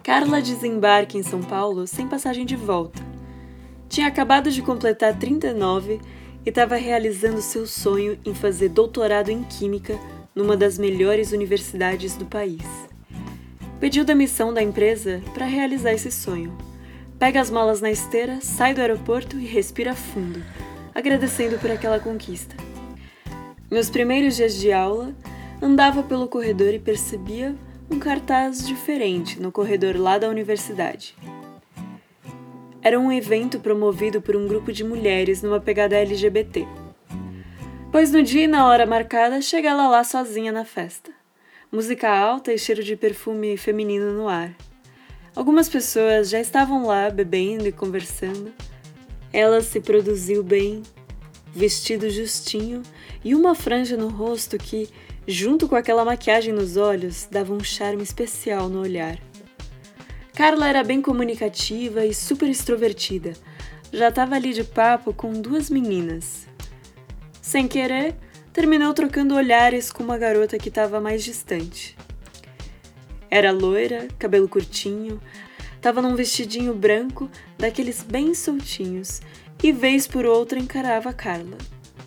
Carla desembarca em São Paulo sem passagem de volta. Tinha acabado de completar 39 e estava realizando seu sonho em fazer doutorado em Química numa das melhores universidades do país. Pediu demissão da empresa para realizar esse sonho. Pega as malas na esteira, sai do aeroporto e respira fundo, agradecendo por aquela conquista. Nos primeiros dias de aula, andava pelo corredor e percebia um cartaz diferente no corredor lá da universidade. Era um evento promovido por um grupo de mulheres numa pegada LGBT. Pois no dia e na hora marcada, chega ela lá sozinha na festa. Música alta e cheiro de perfume feminino no ar. Algumas pessoas já estavam lá bebendo e conversando. Ela se produziu bem, vestido justinho e uma franja no rosto que, junto com aquela maquiagem nos olhos, dava um charme especial no olhar. Carla era bem comunicativa e super extrovertida. Já estava ali de papo com duas meninas. Sem querer, terminou trocando olhares com uma garota que estava mais distante. Era loira, cabelo curtinho, estava num vestidinho branco, daqueles bem soltinhos, e vez por outra encarava a Carla.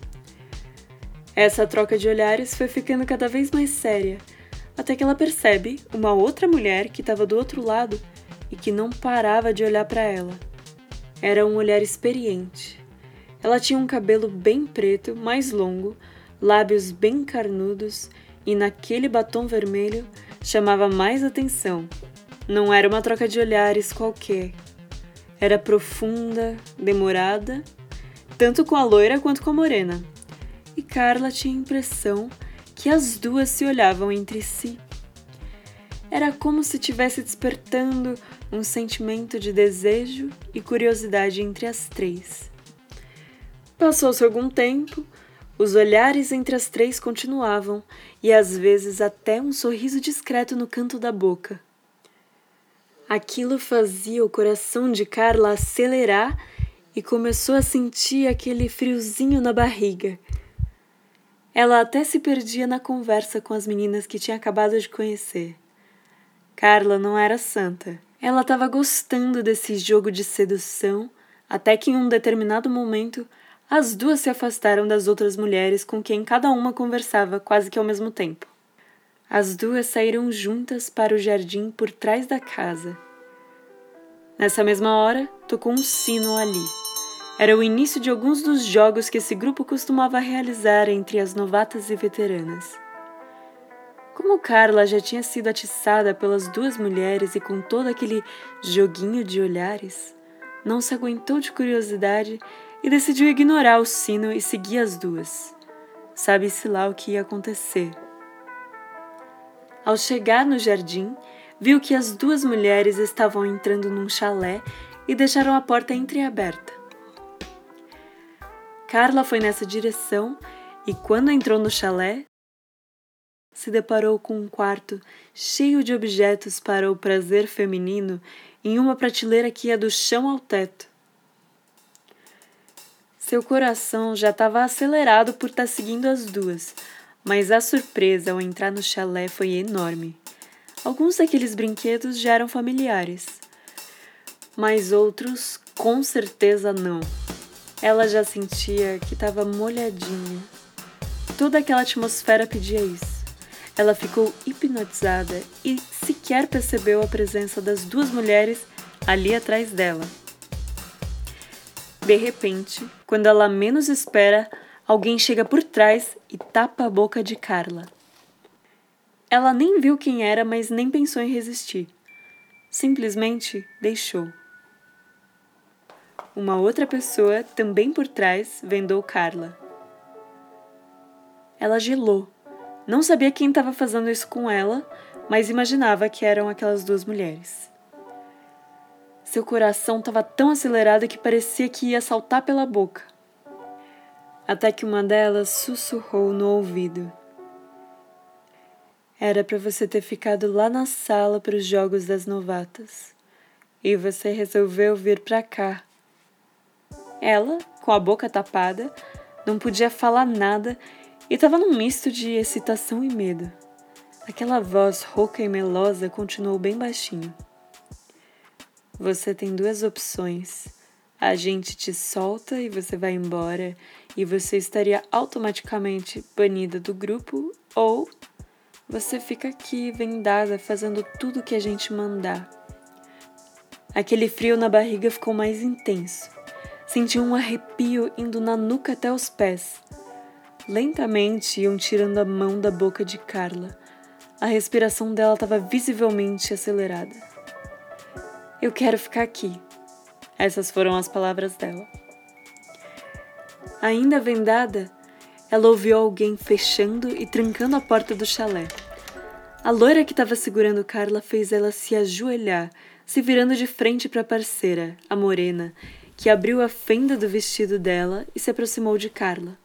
Essa troca de olhares foi ficando cada vez mais séria, até que ela percebe uma outra mulher que estava do outro lado e que não parava de olhar para ela. Era um olhar experiente. Ela tinha um cabelo bem preto, mais longo, lábios bem carnudos e naquele batom vermelho chamava mais atenção. Não era uma troca de olhares qualquer. Era profunda, demorada, tanto com a loira quanto com a morena. E Carla tinha a impressão que as duas se olhavam entre si. Era como se estivesse despertando um sentimento de desejo e curiosidade entre as três. Passou-se algum tempo, os olhares entre as três continuavam e às vezes até um sorriso discreto no canto da boca. Aquilo fazia o coração de Carla acelerar e começou a sentir aquele friozinho na barriga. Ela até se perdia na conversa com as meninas que tinha acabado de conhecer. Carla não era santa. Ela estava gostando desse jogo de sedução, até que em um determinado momento as duas se afastaram das outras mulheres com quem cada uma conversava quase que ao mesmo tempo. As duas saíram juntas para o jardim por trás da casa. Nessa mesma hora, tocou um sino ali. Era o início de alguns dos jogos que esse grupo costumava realizar entre as novatas e veteranas. Como Carla já tinha sido atiçada pelas duas mulheres e com todo aquele joguinho de olhares, não se aguentou de curiosidade e decidiu ignorar o sino e seguir as duas. Sabe-se lá o que ia acontecer. Ao chegar no jardim, viu que as duas mulheres estavam entrando num chalé e deixaram a porta entreaberta. Carla foi nessa direção e, quando entrou no chalé, se deparou com um quarto cheio de objetos para o prazer feminino em uma prateleira que ia do chão ao teto. Seu coração já estava acelerado por estar seguindo as duas, mas a surpresa ao entrar no chalé foi enorme. Alguns daqueles brinquedos já eram familiares, mas outros com certeza não. Ela já sentia que estava molhadinha. Toda aquela atmosfera pedia isso. Ela ficou hipnotizada e sequer percebeu a presença das duas mulheres ali atrás dela. De repente, quando ela menos espera, alguém chega por trás e tapa a boca de Carla. Ela nem viu quem era, mas nem pensou em resistir. Simplesmente deixou. Uma outra pessoa, também por trás, vendou Carla. Ela gelou. Não sabia quem estava fazendo isso com ela, mas imaginava que eram aquelas duas mulheres. Seu coração estava tão acelerado que parecia que ia saltar pela boca. Até que uma delas sussurrou no ouvido. Era para você ter ficado lá na sala para os jogos das novatas. E você resolveu vir para cá. Ela, com a boca tapada, não podia falar nada e estava num misto de excitação e medo. Aquela voz rouca e melosa continuou bem baixinho. Você tem duas opções. A gente te solta e você vai embora e você estaria automaticamente banida do grupo, ou você fica aqui vendada fazendo tudo que a gente mandar. Aquele frio na barriga ficou mais intenso. Senti um arrepio indo na nuca até os pés. Lentamente iam tirando a mão da boca de Carla. A respiração dela estava visivelmente acelerada. Eu quero ficar aqui. Essas foram as palavras dela. Ainda vendada, ela ouviu alguém fechando e trancando a porta do chalé. A loira que estava segurando Carla fez ela se ajoelhar, se virando de frente para a parceira, a morena, que abriu a fenda do vestido dela e se aproximou de Carla.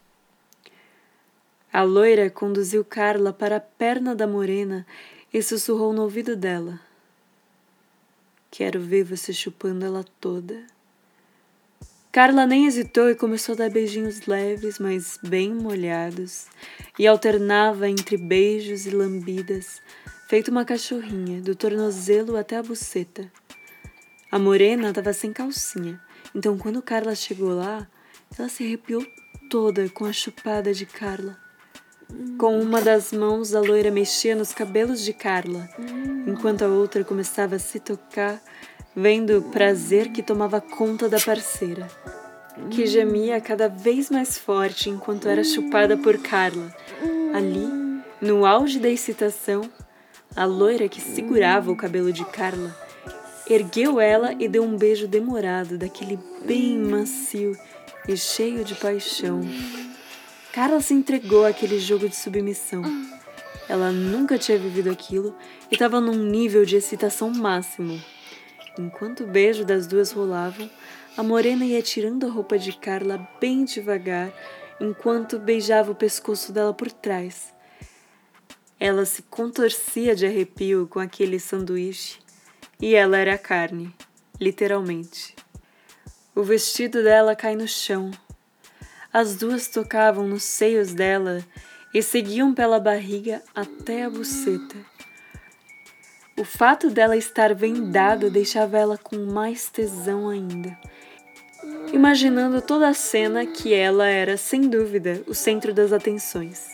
A loira conduziu Carla para a perna da morena e sussurrou no ouvido dela. Quero ver você chupando ela toda. Carla nem hesitou e começou a dar beijinhos leves, mas bem molhados, e alternava entre beijos e lambidas, feito uma cachorrinha, do tornozelo até a buceta. A morena estava sem calcinha, então quando Carla chegou lá, ela se arrepiou toda com a chupada de Carla. Com uma das mãos, a loira mexia nos cabelos de Carla, enquanto a outra começava a se tocar, vendo o prazer que tomava conta da parceira, que gemia cada vez mais forte enquanto era chupada por Carla. Ali, no auge da excitação, a loira que segurava o cabelo de Carla ergueu ela e deu um beijo demorado, daquele bem macio e cheio de paixão. Carla se entregou àquele jogo de submissão. Ela nunca tinha vivido aquilo e estava num nível de excitação máximo. Enquanto o beijo das duas rolavam, a morena ia tirando a roupa de Carla bem devagar, enquanto beijava o pescoço dela por trás. Ela se contorcia de arrepio com aquele sanduíche, e ela era a carne, literalmente. O vestido dela cai no chão. As duas tocavam nos seios dela e seguiam pela barriga até a buceta. O fato dela estar vendada deixava ela com mais tesão ainda. Imaginando toda a cena que ela era, sem dúvida, o centro das atenções.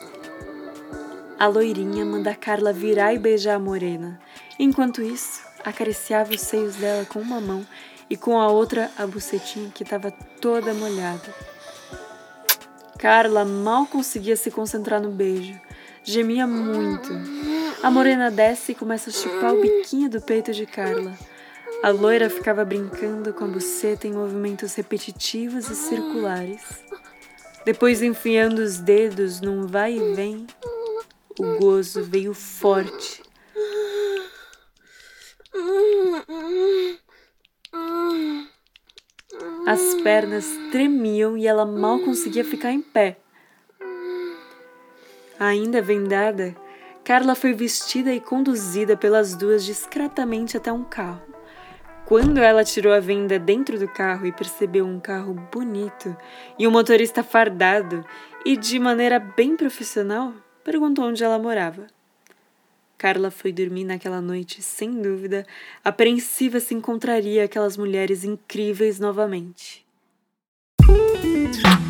A loirinha manda a Carla virar e beijar a morena. Enquanto isso, acariciava os seios dela com uma mão e com a outra a bucetinha que estava toda molhada. Carla mal conseguia se concentrar no beijo. Gemia muito. A morena desce e começa a chupar o biquinho do peito de Carla. A loira ficava brincando com a buceta em movimentos repetitivos e circulares. Depois, enfiando os dedos num vai e vem, o gozo veio forte. As pernas tremiam e ela mal conseguia ficar em pé. Ainda vendada, Carla foi vestida e conduzida pelas duas discretamente até um carro. Quando ela tirou a venda dentro do carro e percebeu um carro bonito e um motorista fardado e, de maneira bem profissional, perguntou onde ela morava. Carla foi dormir naquela noite, sem dúvida, apreensiva se encontraria aquelas mulheres incríveis novamente.